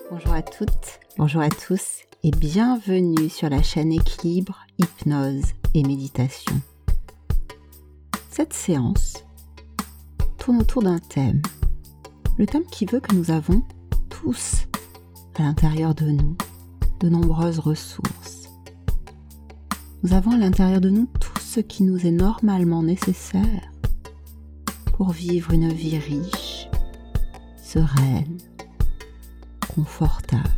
Bonjour à toutes, bonjour à tous et bienvenue sur la chaîne Équilibre, Hypnose et Méditation. Cette séance tourne autour d'un thème, le thème qui veut que nous avons tous à l'intérieur de nous de nombreuses ressources. Nous avons à l'intérieur de nous tout ce qui nous est normalement nécessaire pour vivre une vie riche, sereine, confortable.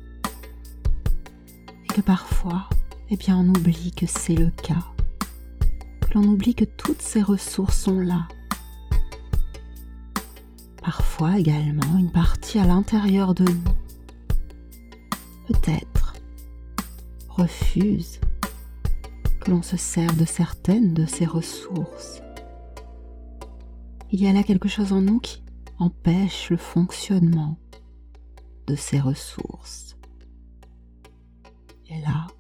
Et que parfois, on oublie que c'est le cas. Que l'on oublie que toutes ces ressources sont là. Parfois également, une partie à l'intérieur de nous, peut-être, refuse que l'on se serve de certaines de ces ressources. Il y a là quelque chose en nous qui empêche le fonctionnement de ces ressources. Et là,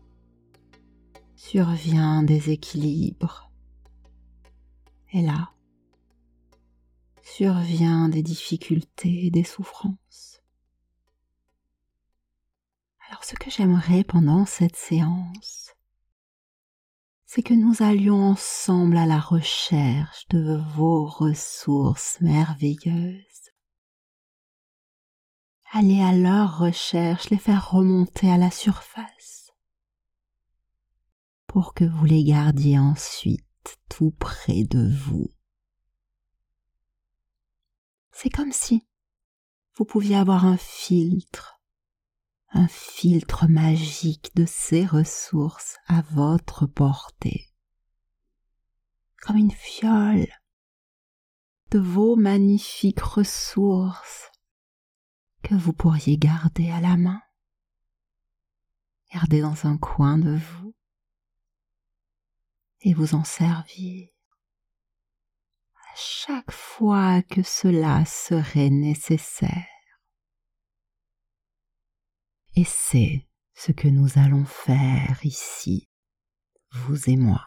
survient un déséquilibre. Et là, survient des difficultés et des souffrances. Alors ce que j'aimerais pendant cette séance, c'est que nous allions ensemble à la recherche de vos ressources merveilleuses. Aller à leur recherche, les faire remonter à la surface pour que vous les gardiez ensuite tout près de vous. C'est comme si vous pouviez avoir un filtre magique de ces ressources à votre portée, comme une fiole de vos magnifiques ressources que vous pourriez garder à la main, garder dans un coin de vous et vous en servir à chaque fois que cela serait nécessaire. Et c'est ce que nous allons faire ici, vous et moi.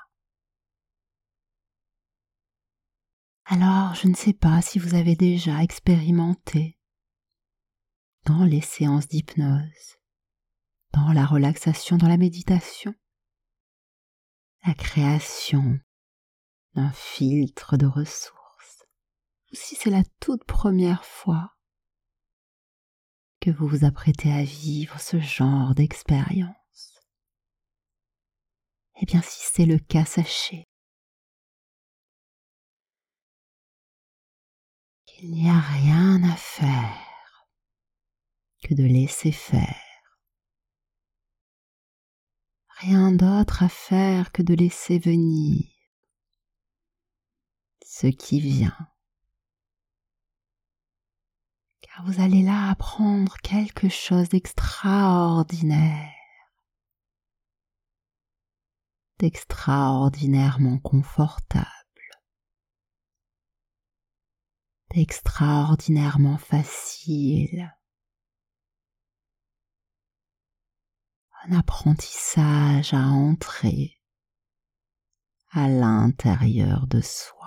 Alors, je ne sais pas si vous avez déjà expérimenté dans les séances d'hypnose, dans la relaxation, dans la méditation, la création d'un filtre de ressources, ou si c'est la toute première fois que vous vous apprêtez à vivre ce genre d'expérience. Eh bien, si c'est le cas, sachez qu'il n'y a rien à faire que de laisser faire. Rien d'autre à faire que de laisser venir ce qui vient. Car vous allez là apprendre quelque chose d'extraordinaire, d'extraordinairement confortable, d'extraordinairement facile. Un apprentissage à entrer à l'intérieur de soi.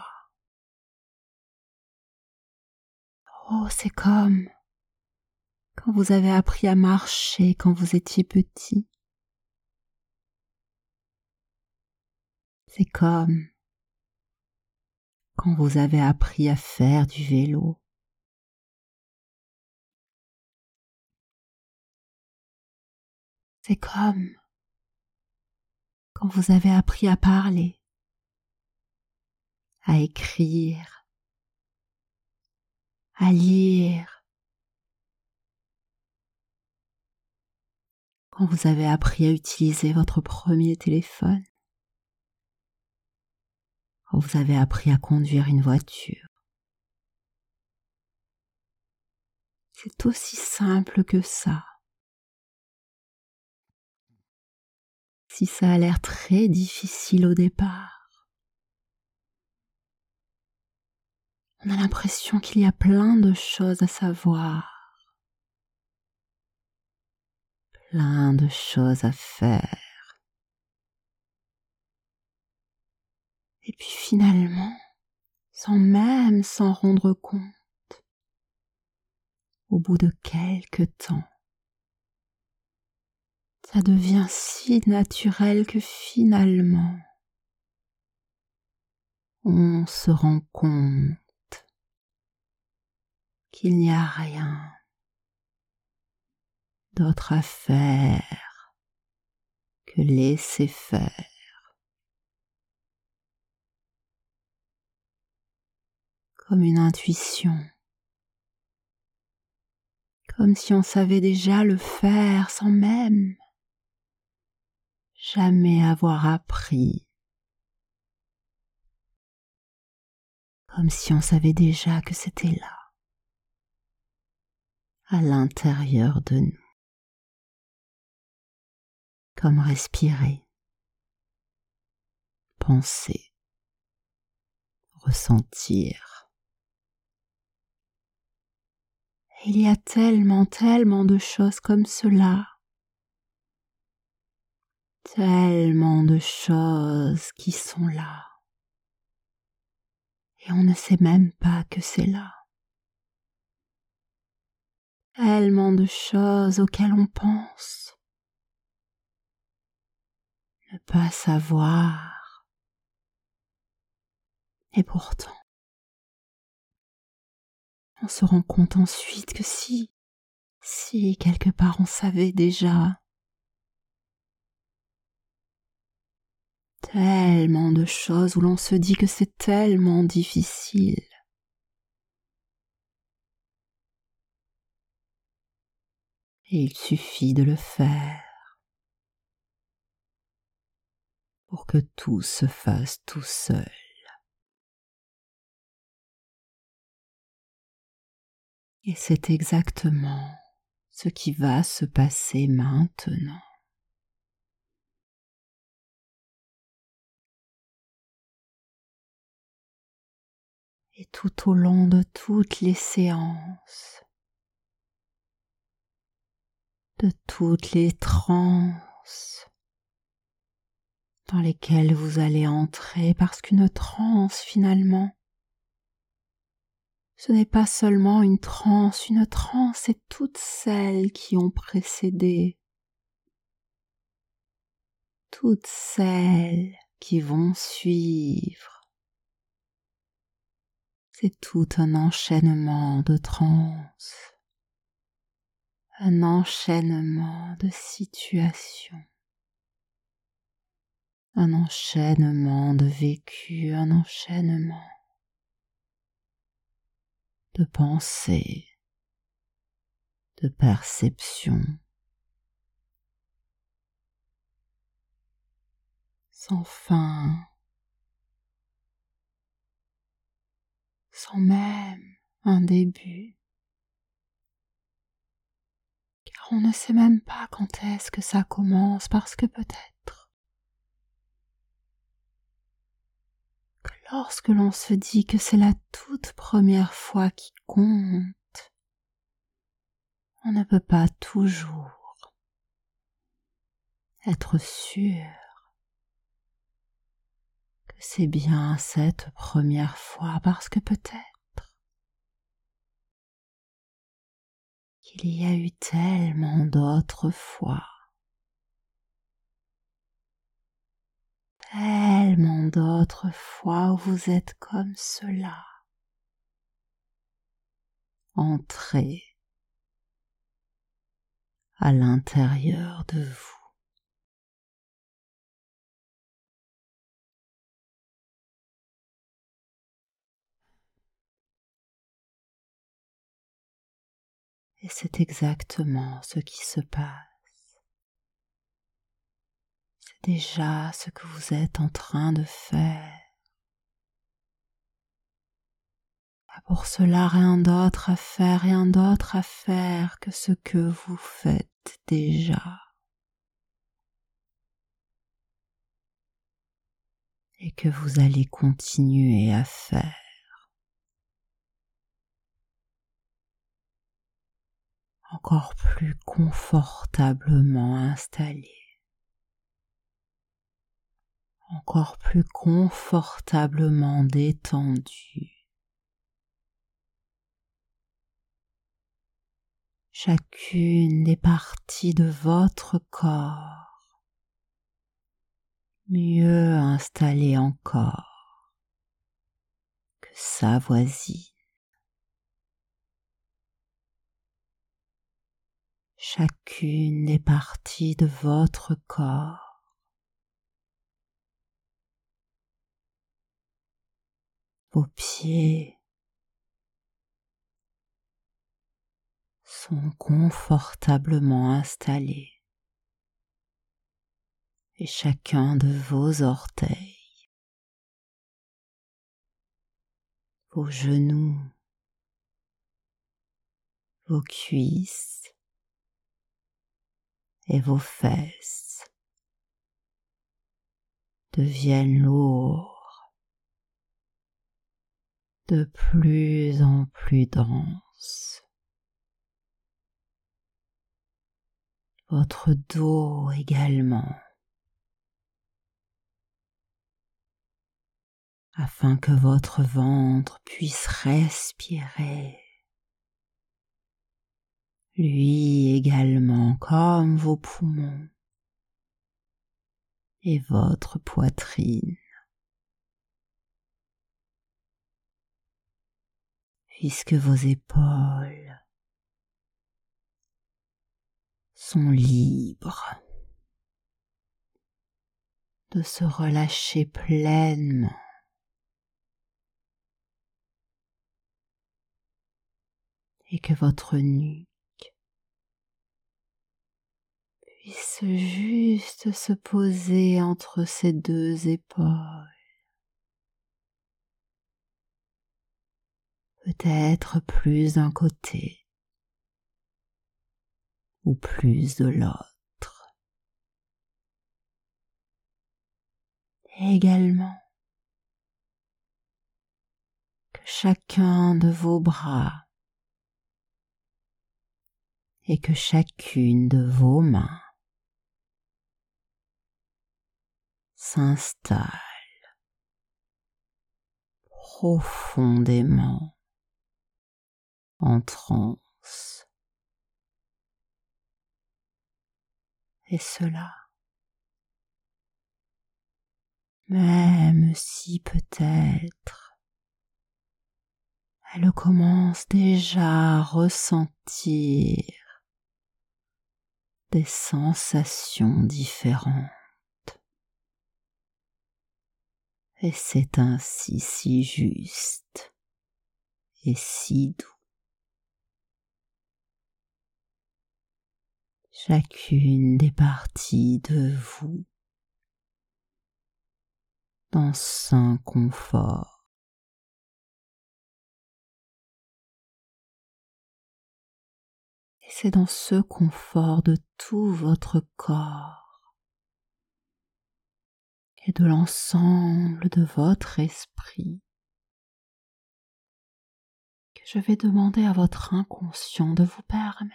Oh, c'est comme quand vous avez appris à marcher quand vous étiez petit. C'est comme quand vous avez appris à faire du vélo. C'est comme quand vous avez appris à parler, à écrire, à lire, quand vous avez appris à utiliser votre premier téléphone, quand vous avez appris à conduire une voiture. C'est aussi simple que ça. Si ça a l'air très difficile au départ, on a l'impression qu'il y a plein de choses à savoir, plein de choses à faire. Et puis finalement, sans même s'en rendre compte, au bout de quelque temps, ça devient si naturel que finalement, on se rend compte qu'il n'y a rien d'autre à faire que laisser faire, comme une intuition, comme si on savait déjà le faire sans même jamais avoir appris, comme si on savait déjà que c'était là, à l'intérieur de nous, comme respirer, penser, ressentir. Et il y a tellement de choses comme cela, tellement de choses qui sont là, et on ne sait même pas que c'est là. Tellement de choses auxquelles on pense, ne pas savoir, et pourtant, on se rend compte ensuite que si quelque part on savait déjà, tellement de choses où l'on se dit que c'est tellement difficile. Et il suffit de le faire pour que tout se fasse tout seul. Et c'est exactement ce qui va se passer maintenant. Et tout au long de toutes les séances, de toutes les transes dans lesquelles vous allez entrer, parce qu'une transe finalement, ce n'est pas seulement une transe c'est toutes celles qui ont précédé, toutes celles qui vont suivre. C'est tout un enchaînement de transes, un enchaînement de situations, un enchaînement de vécus, un enchaînement de pensées, de perceptions, sans fin, sans même un début, car on ne sait même pas quand est-ce que ça commence, parce que peut-être que lorsque l'on se dit que c'est la toute première fois qui compte, on ne peut pas toujours être sûr que c'est bien cette première fois, parce que peut-être qu'il y a eu tellement d'autres fois, tellement d'autres fois où vous êtes comme cela, entré à l'intérieur de vous. Et c'est exactement ce qui se passe. C'est déjà ce que vous êtes en train de faire. Pour cela, rien d'autre à faire que ce que vous faites déjà. Et que vous allez continuer à faire. Encore plus confortablement installé. Encore plus confortablement détendu. chacune des parties de votre corps mieux installée encore que sa voisine. Chacune des parties de votre corps vos pieds sont confortablement installés et chacun de vos orteils, vos genoux, vos cuisses et vos fesses deviennent lourds, de plus en plus denses. Votre dos également, afin que votre ventre puisse respirer. Lui également comme vos poumons et votre poitrine. Puisque vos épaules sont libres de se relâcher pleinement. Et que votre nuque puisse juste se poser entre ces deux épaules. Peut-être plus d'un côté ou plus de l'autre. Et également que chacun de vos bras et que chacune de vos mains s'installe profondément en transe. Et cela, même si peut-être elle commence déjà à ressentir des sensations différentes. Et c'est ainsi si juste et si doux. Chacune des parties de vous dans un confort. Et c'est dans ce confort de tout votre corps et de l'ensemble de votre esprit que je vais demander à votre inconscient de vous permettre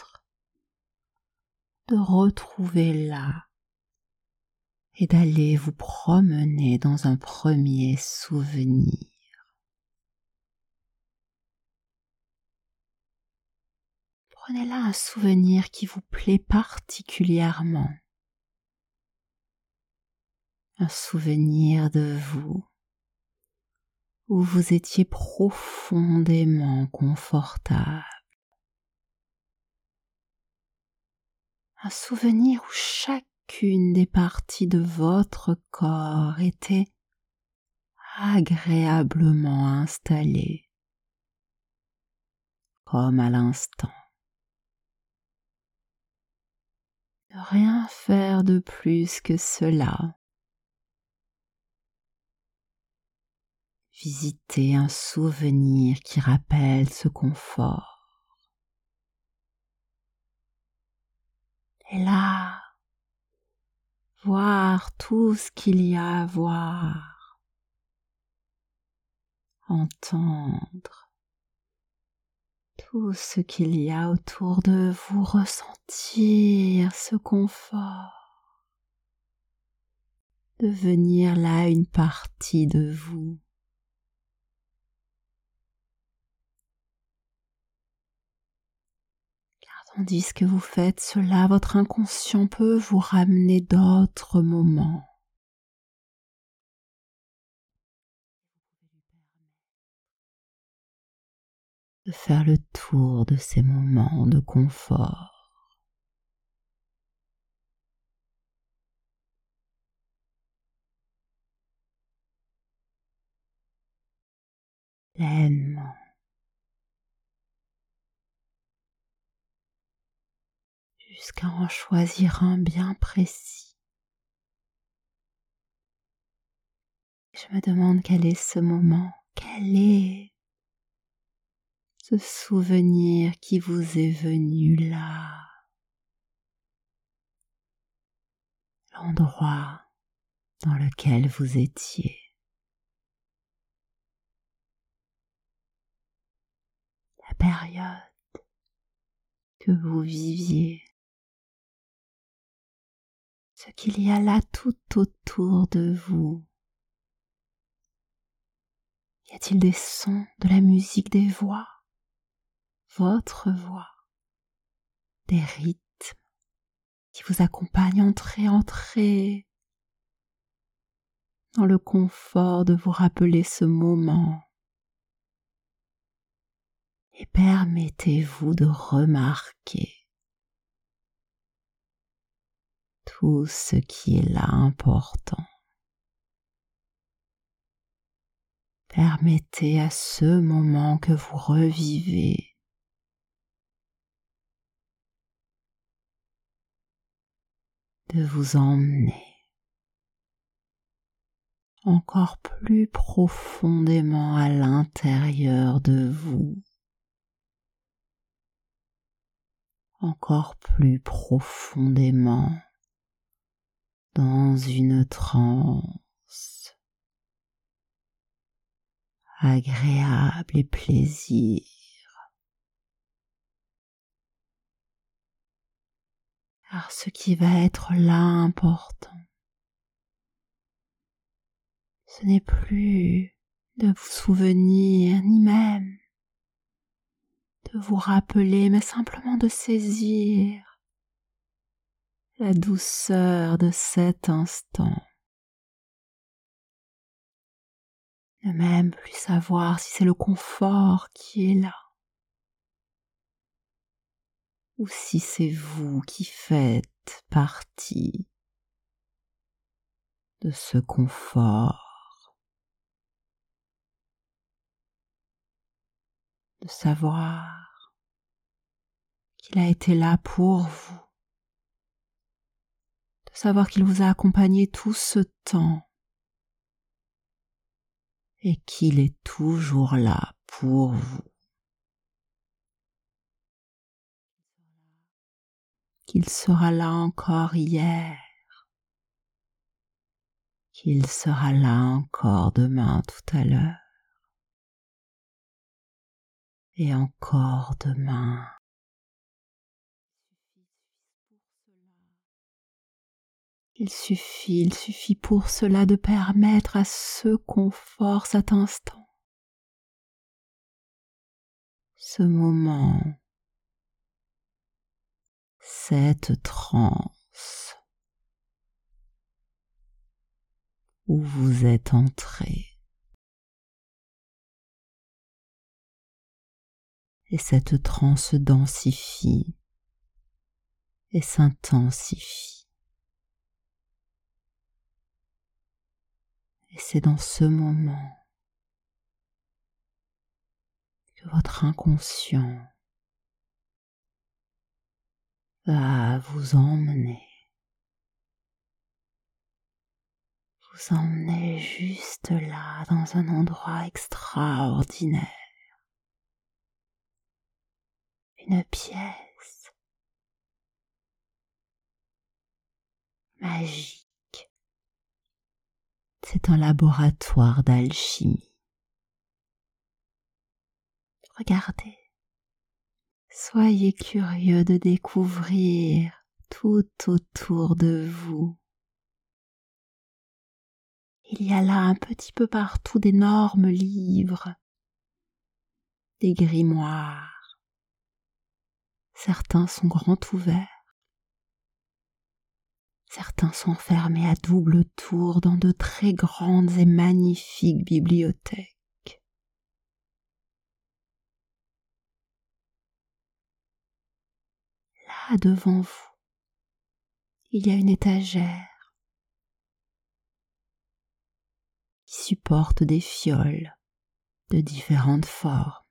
de retrouver là et d'aller vous promener dans un premier souvenir. Prenez là un souvenir qui vous plaît particulièrement. Un souvenir de vous où vous étiez profondément confortable. Un souvenir où chacune des parties de votre corps était agréablement installée, comme à l'instant. Ne rien faire de plus que cela. Visiter un souvenir qui rappelle ce confort. Et là, voir tout ce qu'il y a à voir, entendre tout ce qu'il y a autour de vous, ressentir ce confort, devenir là une partie de vous. Tandis que vous faites cela, votre inconscient peut vous ramener d'autres moments. De faire le tour de ces moments de confort. Pleinement. Jusqu'à en choisir un bien précis. Je me demande quel est ce moment, quel est ce souvenir qui vous est venu là, l'endroit dans lequel vous étiez. La période que vous viviez. Ce qu'il y a là tout autour de vous. Y a-t-il des sons, de la musique, des voix, votre voix, des rythmes qui vous accompagnent? Entrez dans le confort de vous rappeler ce moment et permettez-vous de remarquer tout ce qui est là important. Permettez à ce moment que vous revivez de vous emmener encore plus profondément à l'intérieur de vous, encore plus profondément dans une transe agréable et plaisir. Car ce qui va être là important, ce n'est plus de vous souvenir, ni même de vous rappeler, mais simplement de saisir la douceur de cet instant. Ne même plus savoir si c'est le confort qui est là, ou si c'est vous qui faites partie de ce confort. De savoir qu'il a été là pour vous, de savoir qu'il vous a accompagné tout ce temps et qu'il est toujours là pour vous. Qu'il sera là encore hier, qu'il sera là encore demain tout à l'heure et encore demain. Il suffit pour cela de permettre à ce confort, cet instant, ce moment, cette transe où vous êtes entré. Et cette transe se densifie et s'intensifie. Et c'est dans ce moment que votre inconscient va vous emmener juste là dans un endroit extraordinaire. Une pièce magique. C'est un laboratoire d'alchimie. Regardez, soyez curieux de découvrir tout autour de vous. Il y a là un petit peu partout d'énormes livres, des grimoires, Certains sont grands ouverts. Certains sont fermés à double tour dans de très grandes et magnifiques bibliothèques. Là, devant vous, il y a une étagère qui supporte des fioles de différentes formes,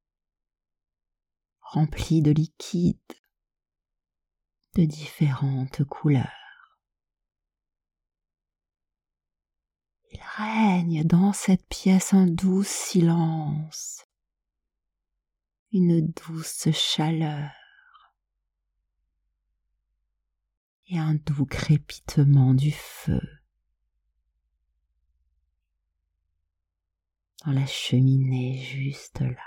remplies de liquides de différentes couleurs. Il règne dans cette pièce un doux silence, une douce chaleur et un doux crépitement du feu dans la cheminée juste là.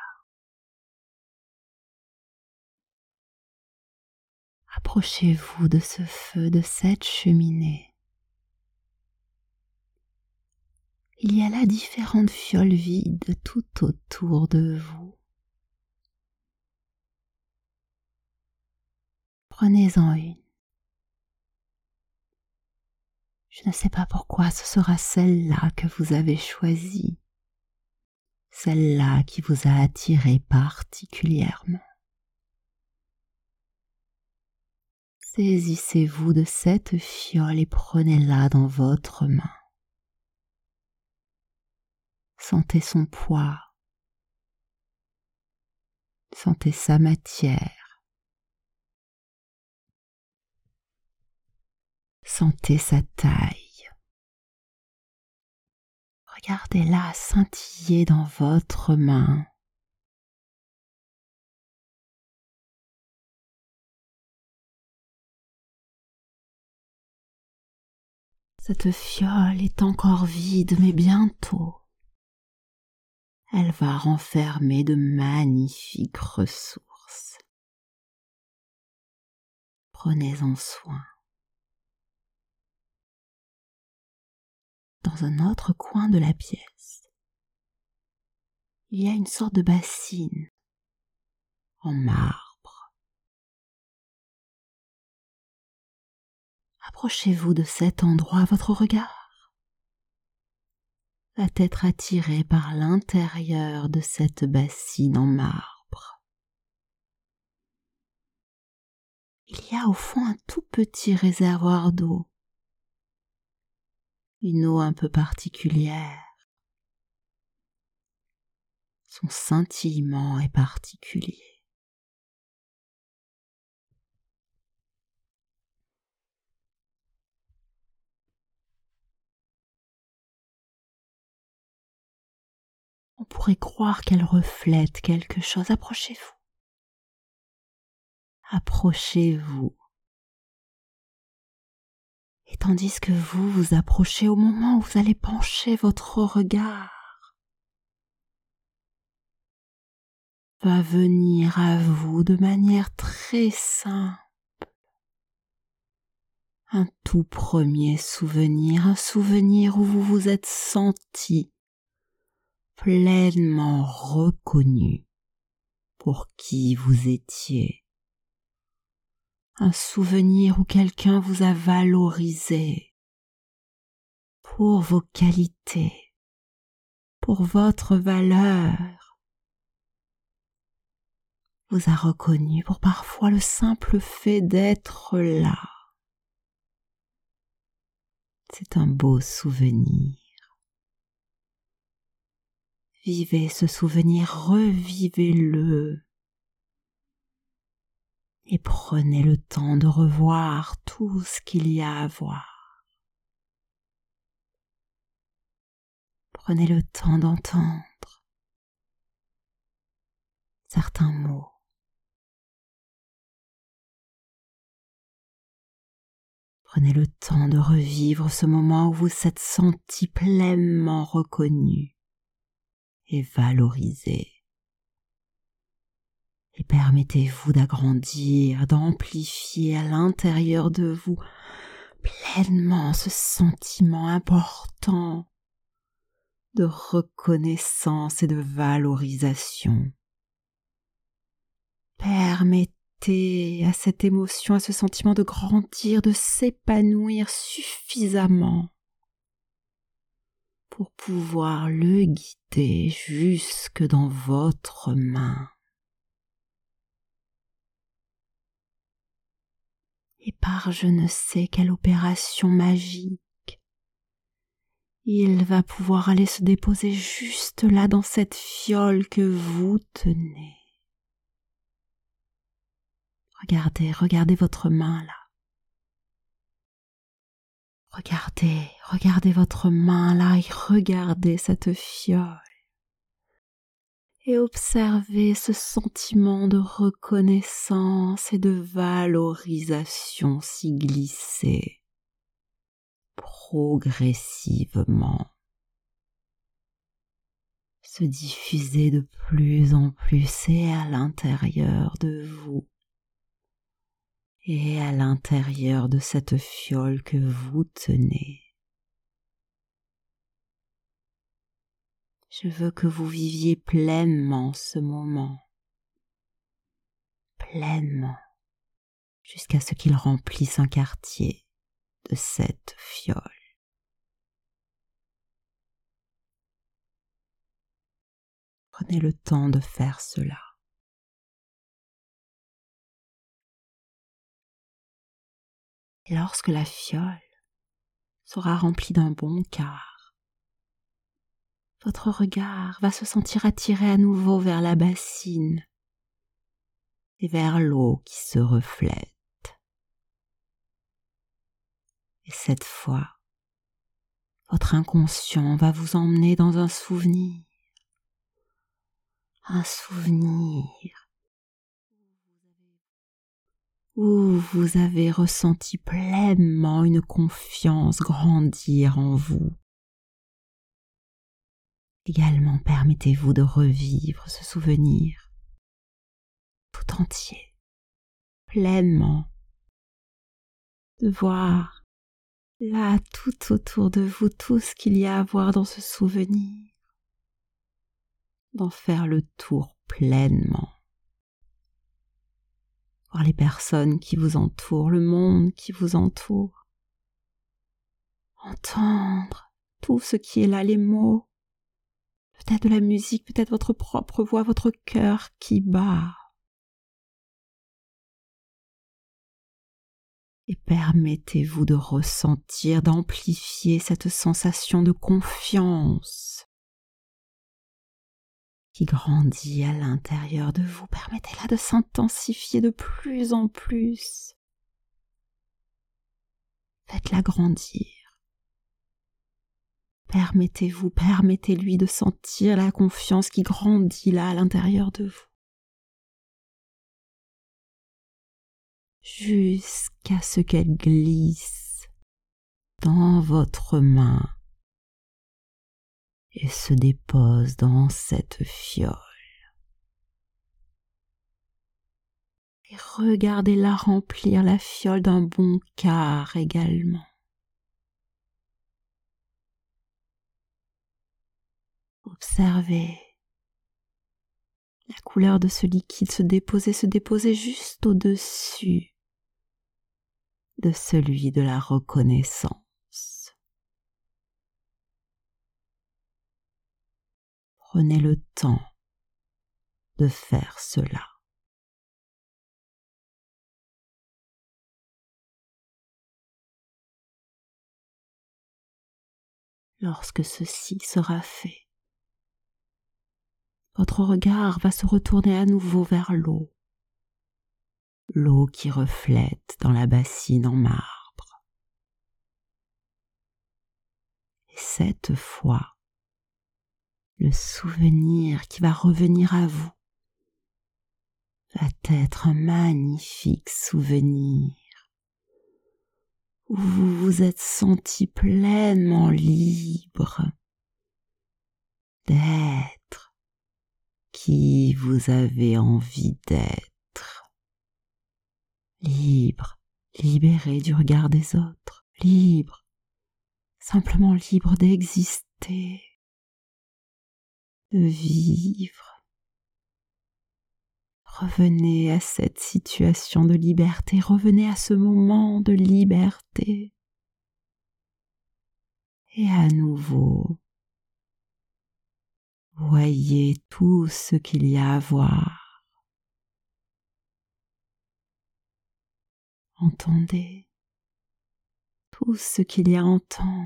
Approchez-vous de ce feu, de cette cheminée. Il y a là différentes fioles vides tout autour de vous. Prenez-en une. Je ne sais pas pourquoi ce sera celle-là que vous avez choisie, celle-là qui vous a attiré particulièrement. Saisissez-vous de cette fiole et prenez-la dans votre main. Sentez son poids, sentez sa matière, sentez sa taille. Regardez-la scintiller dans votre main. Cette fiole est encore vide, mais bientôt, elle va renfermer de magnifiques ressources. Prenez-en soin. Dans un autre coin de la pièce, il y a une sorte de bassine en marbre. Approchez-vous de cet endroit, votre regard va être attiré par l'intérieur de cette bassine en marbre. Il y a au fond un tout petit réservoir d'eau, une eau un peu particulière. Son scintillement est particulier. On pourrait croire qu'elle reflète quelque chose. Approchez-vous. Approchez-vous. Et tandis que vous vous approchez, au moment où vous allez pencher votre regard, va venir à vous de manière très simple un tout premier souvenir, un souvenir où vous vous êtes senti pleinement reconnu pour qui vous étiez. Un souvenir où quelqu'un vous a valorisé pour vos qualités, pour votre valeur, vous a reconnu pour parfois le simple fait d'être là. C'est un beau souvenir. Vivez ce souvenir, revivez-le et prenez le temps de revoir tout ce qu'il y a à voir. Prenez le temps d'entendre certains mots. Prenez le temps de revivre ce moment où vous vous êtes senti pleinement reconnu et valorisé. Et permettez-vous d'agrandir, d'amplifier à l'intérieur de vous pleinement ce sentiment important de reconnaissance et de valorisation. Permettez connecter à cette émotion, à ce sentiment de grandir, de s'épanouir suffisamment pour pouvoir le guider jusque dans votre main. Et par je ne sais quelle opération magique, il va pouvoir aller se déposer juste là dans cette fiole que vous tenez. Regardez votre main là. Regardez votre main là et regardez cette fiole. Et observez ce sentiment de reconnaissance et de valorisation s'y glisser progressivement, se diffuser de plus en plus et à l'intérieur de vous et à l'intérieur de cette fiole que vous tenez. Je veux que vous viviez pleinement ce moment, pleinement, jusqu'à ce qu'il remplisse un quartier de cette fiole. Prenez le temps de faire cela. Et lorsque la fiole sera remplie d'un bon quart, votre regard va se sentir attiré à nouveau vers la bassine et vers l'eau qui se reflète. Et cette fois, votre inconscient va vous emmener dans un souvenir où vous avez ressenti pleinement une confiance grandir en vous. Également, permettez-vous de revivre ce souvenir tout entier, pleinement, de voir là tout autour de vous tout ce qu'il y a à voir dans ce souvenir, d'en faire le tour pleinement, voir les personnes qui vous entourent, le monde qui vous entoure, entendre tout ce qui est là, les mots, peut-être de la musique, peut-être votre propre voix, votre cœur qui bat. Et permettez-vous de ressentir, d'amplifier cette sensation de confiance qui grandit à l'intérieur de vous. Permettez-la de s'intensifier de plus en plus. Faites-la grandir. Permettez-lui de sentir la confiance qui grandit là à l'intérieur de vous. Jusqu'à ce qu'elle glisse dans votre main et se dépose dans cette fiole. Et regardez-la remplir la fiole d'un bon quart également. Observez la couleur de ce liquide se déposer juste au-dessus de celui de la reconnaissance. Prenez le temps de faire cela. Lorsque ceci sera fait, votre regard va se retourner à nouveau vers l'eau qui reflète dans la bassine en marbre. Et cette fois, le souvenir qui va revenir à vous va être un magnifique souvenir où vous vous êtes senti pleinement libre d'être qui vous avez envie d'être. Libre, libéré du regard des autres, libre, simplement libre d'exister, de vivre. Revenez à cette situation de liberté, revenez à ce moment de liberté. Et à nouveau, voyez tout ce qu'il y a à voir. Entendez tout ce qu'il y a à entendre.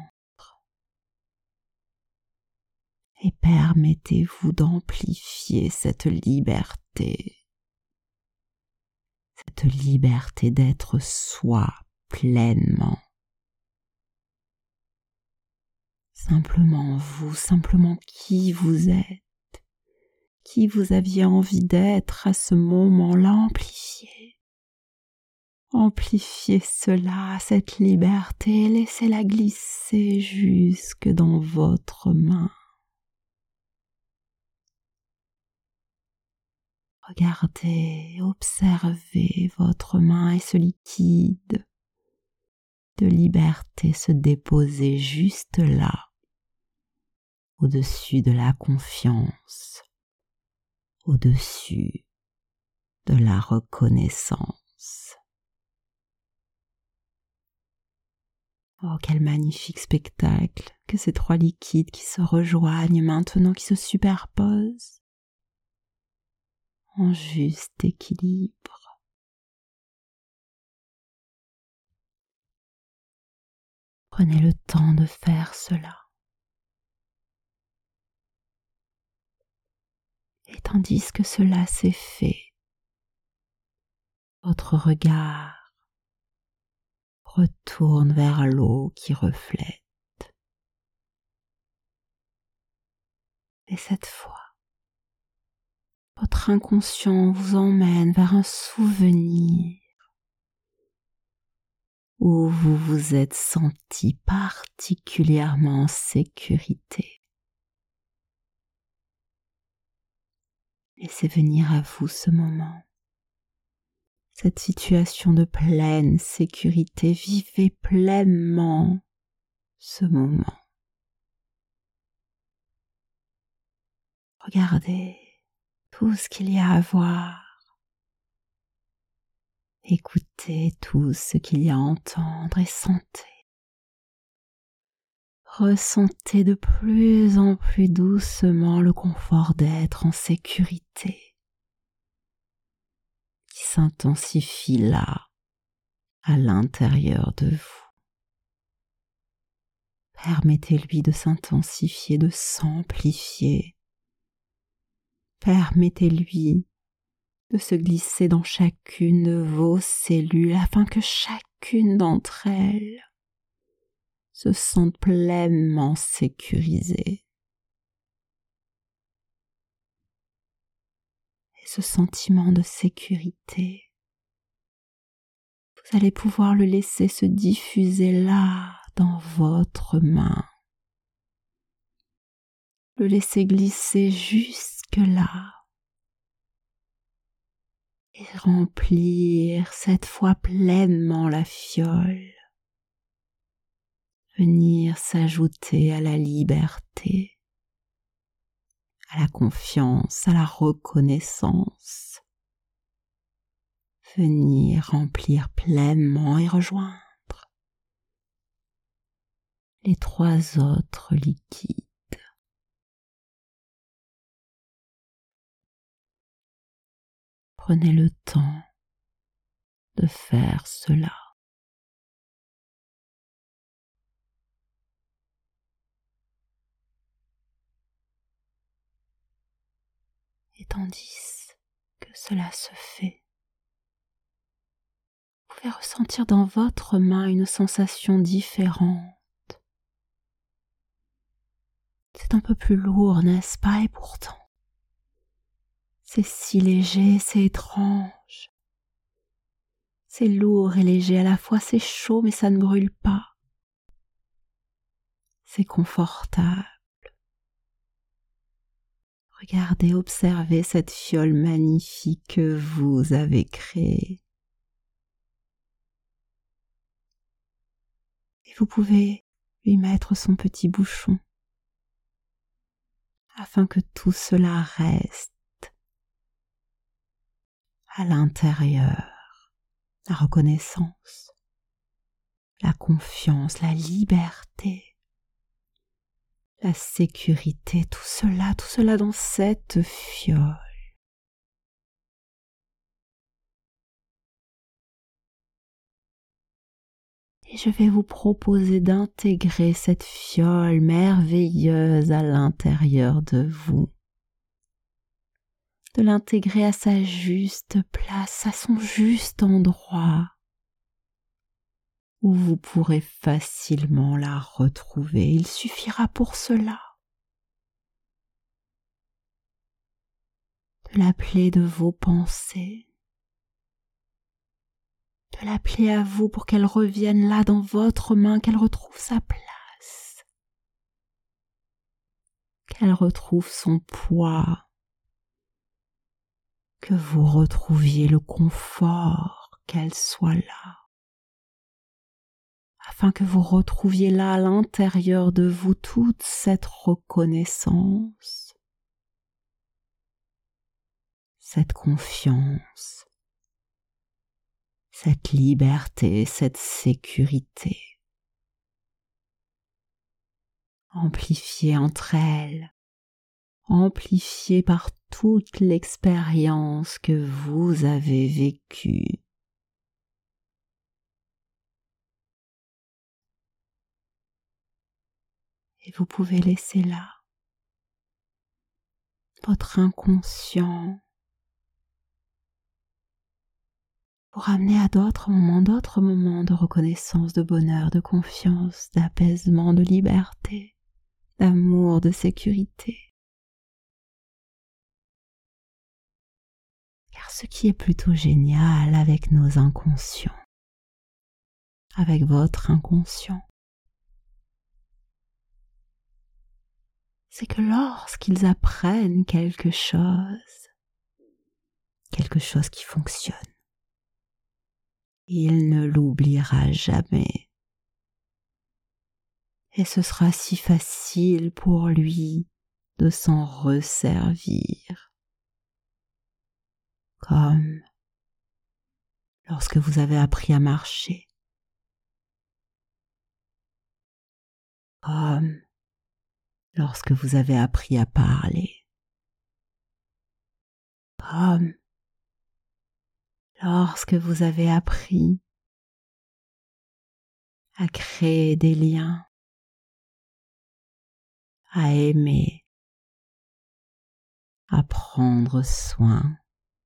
Et permettez-vous d'amplifier cette liberté d'être soi pleinement. Simplement vous, simplement qui vous êtes, qui vous aviez envie d'être à ce moment-là, amplifiez. Amplifiez cela, cette liberté, laissez-la glisser jusque dans votre main. Regardez, observez votre main et ce liquide de liberté se déposer juste là, au-dessus de la confiance, au-dessus de la reconnaissance. Oh, quel magnifique spectacle que ces trois liquides qui se rejoignent maintenant, qui se superposent en juste équilibre. Prenez le temps de faire cela. Et tandis que cela s'est fait, votre regard retourne vers l'eau qui reflète. Et cette fois, votre inconscient vous emmène vers un souvenir où vous vous êtes senti particulièrement en sécurité. Laissez venir à vous ce moment, cette situation de pleine sécurité. Vivez pleinement ce moment. Regardez tout ce qu'il y a à voir. Écoutez tout ce qu'il y a à entendre et sentez. Ressentez de plus en plus doucement le confort d'être en sécurité qui s'intensifie là, à l'intérieur de vous. Permettez-lui de s'intensifier, de s'amplifier. Permettez-lui de se glisser dans chacune de vos cellules afin que chacune d'entre elles se sente pleinement sécurisée. Et ce sentiment de sécurité, vous allez pouvoir le laisser se diffuser là, dans votre main. Le laisser glisser jusque là. Et remplir cette fois pleinement la fiole. Venir s'ajouter à la liberté, à la confiance, à la reconnaissance. Venir remplir pleinement et rejoindre les trois autres liquides. Prenez le temps de faire cela. Et tandis que cela se fait, vous pouvez ressentir dans votre main une sensation différente. C'est un peu plus lourd, n'est-ce pas? Et pourtant, c'est si léger, c'est étrange. C'est lourd et léger à la fois, c'est chaud mais ça ne brûle pas. C'est confortable. Regardez, observez cette fiole magnifique que vous avez créée. Et vous pouvez lui mettre son petit bouchon afin que tout cela reste à l'intérieur, la reconnaissance, la confiance, la liberté, la sécurité, tout cela dans cette fiole. Et je vais vous proposer d'intégrer cette fiole merveilleuse à l'intérieur de vous, de l'intégrer à sa juste place, à son juste endroit, où vous pourrez facilement la retrouver. Il suffira pour cela de l'appeler de vos pensées, de l'appeler à vous pour qu'elle revienne là dans votre main, qu'elle retrouve sa place, qu'elle retrouve son poids, que vous retrouviez le confort, qu'elle soit là, afin que vous retrouviez là à l'intérieur de vous toute cette reconnaissance, cette confiance, cette liberté, cette sécurité, amplifiée entre elles, amplifiée par toute l'expérience que vous avez vécue. Et vous pouvez laisser là votre inconscient pour ramener à d'autres moments de reconnaissance, de bonheur, de confiance, d'apaisement, de liberté, d'amour, de sécurité. Car ce qui est plutôt génial avec nos inconscients, avec votre inconscient, c'est que lorsqu'ils apprennent quelque chose qui fonctionne, il ne l'oubliera jamais. Et ce sera si facile pour lui de s'en resservir. Comme lorsque vous avez appris à marcher. Comme lorsque vous avez appris à parler. Comme lorsque vous avez appris à créer des liens, à aimer, à prendre soin.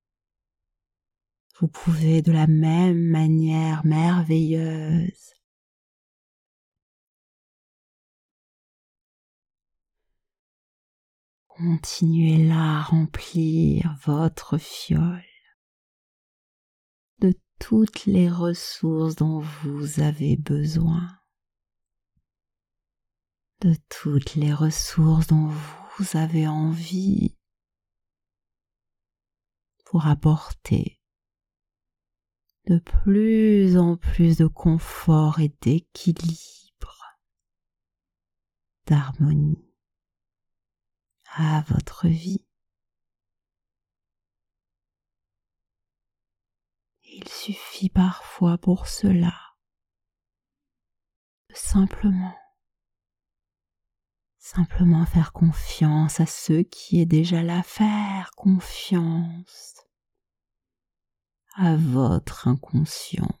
Vous pouvez de la même manière merveilleuse continuer là à remplir votre fiole de toutes les ressources dont vous avez besoin, de toutes les ressources dont vous avez envie pour apporter de plus en plus de confort et d'équilibre, d'harmonie à votre vie. Il suffit parfois pour cela de simplement faire confiance à ce qui est déjà là, faire confiance à votre inconscient.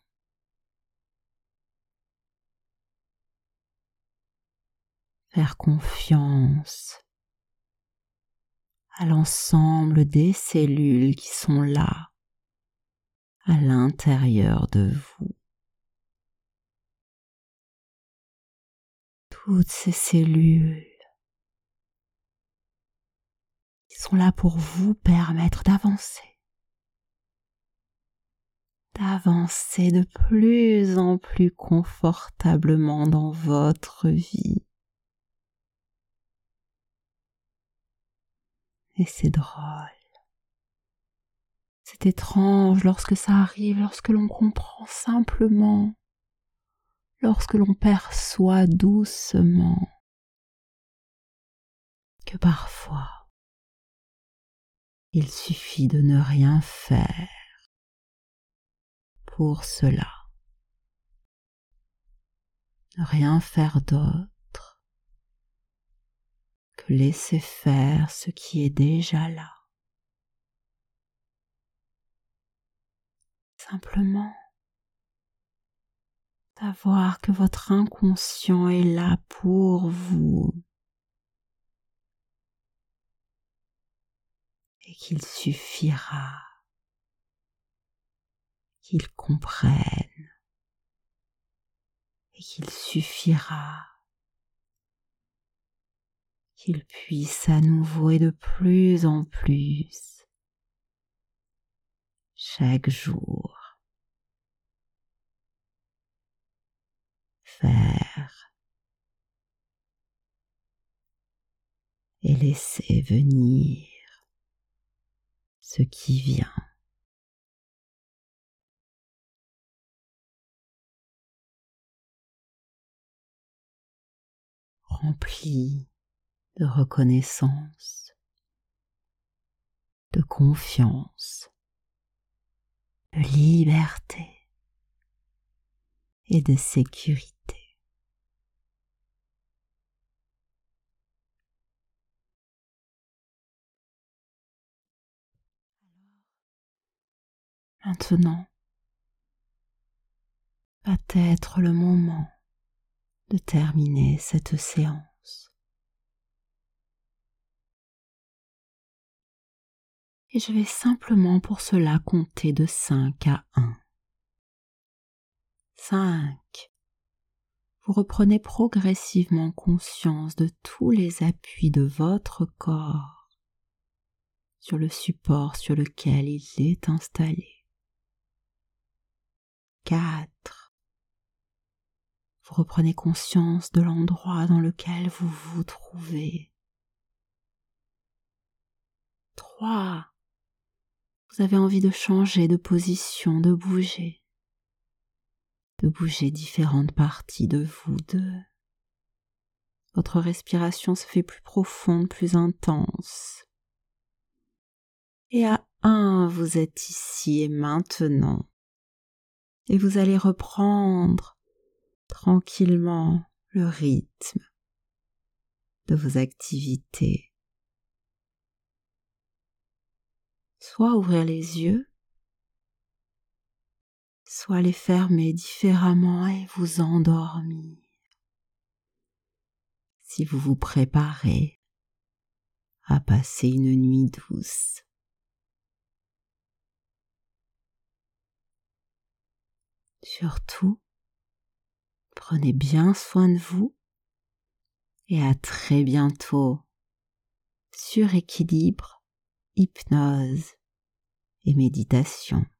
Faire confiance à l'ensemble des cellules qui sont là, à l'intérieur de vous. Toutes ces cellules qui sont là pour vous permettre d'avancer de plus en plus confortablement dans votre vie. Et c'est drôle. C'est étrange lorsque ça arrive, lorsque l'on comprend simplement, lorsque l'on perçoit doucement que parfois, il suffit de ne rien faire pour cela. Ne rien faire d'autre que laisser faire ce qui est déjà là. Simplement savoir que votre inconscient est là pour vous et qu'il suffira qu'il comprenne et qu'il suffira qu'il puisse à nouveau et de plus en plus chaque jour faire et laisser venir ce qui vient. Rempli de reconnaissance, de confiance, de liberté et de sécurité. Maintenant va être le moment de terminer cette séance. Et je vais simplement pour cela compter de 5 à 1. 5. Vous reprenez progressivement conscience de tous les appuis de votre corps sur le support sur lequel il est installé. 4. Vous reprenez conscience de l'endroit dans lequel vous vous trouvez. 3. Vous avez envie de changer de position, de bouger différentes parties de vous. 2. Votre respiration se fait plus profonde, plus intense. Et à 1, vous êtes ici et maintenant. Et vous allez reprendre tranquillement le rythme de vos activités. Soit ouvrir les yeux, soit les fermer différemment et vous endormir. Si vous vous préparez à passer une nuit douce. Surtout, prenez bien soin de vous et à très bientôt sur Équilibre, Hypnose et Méditation.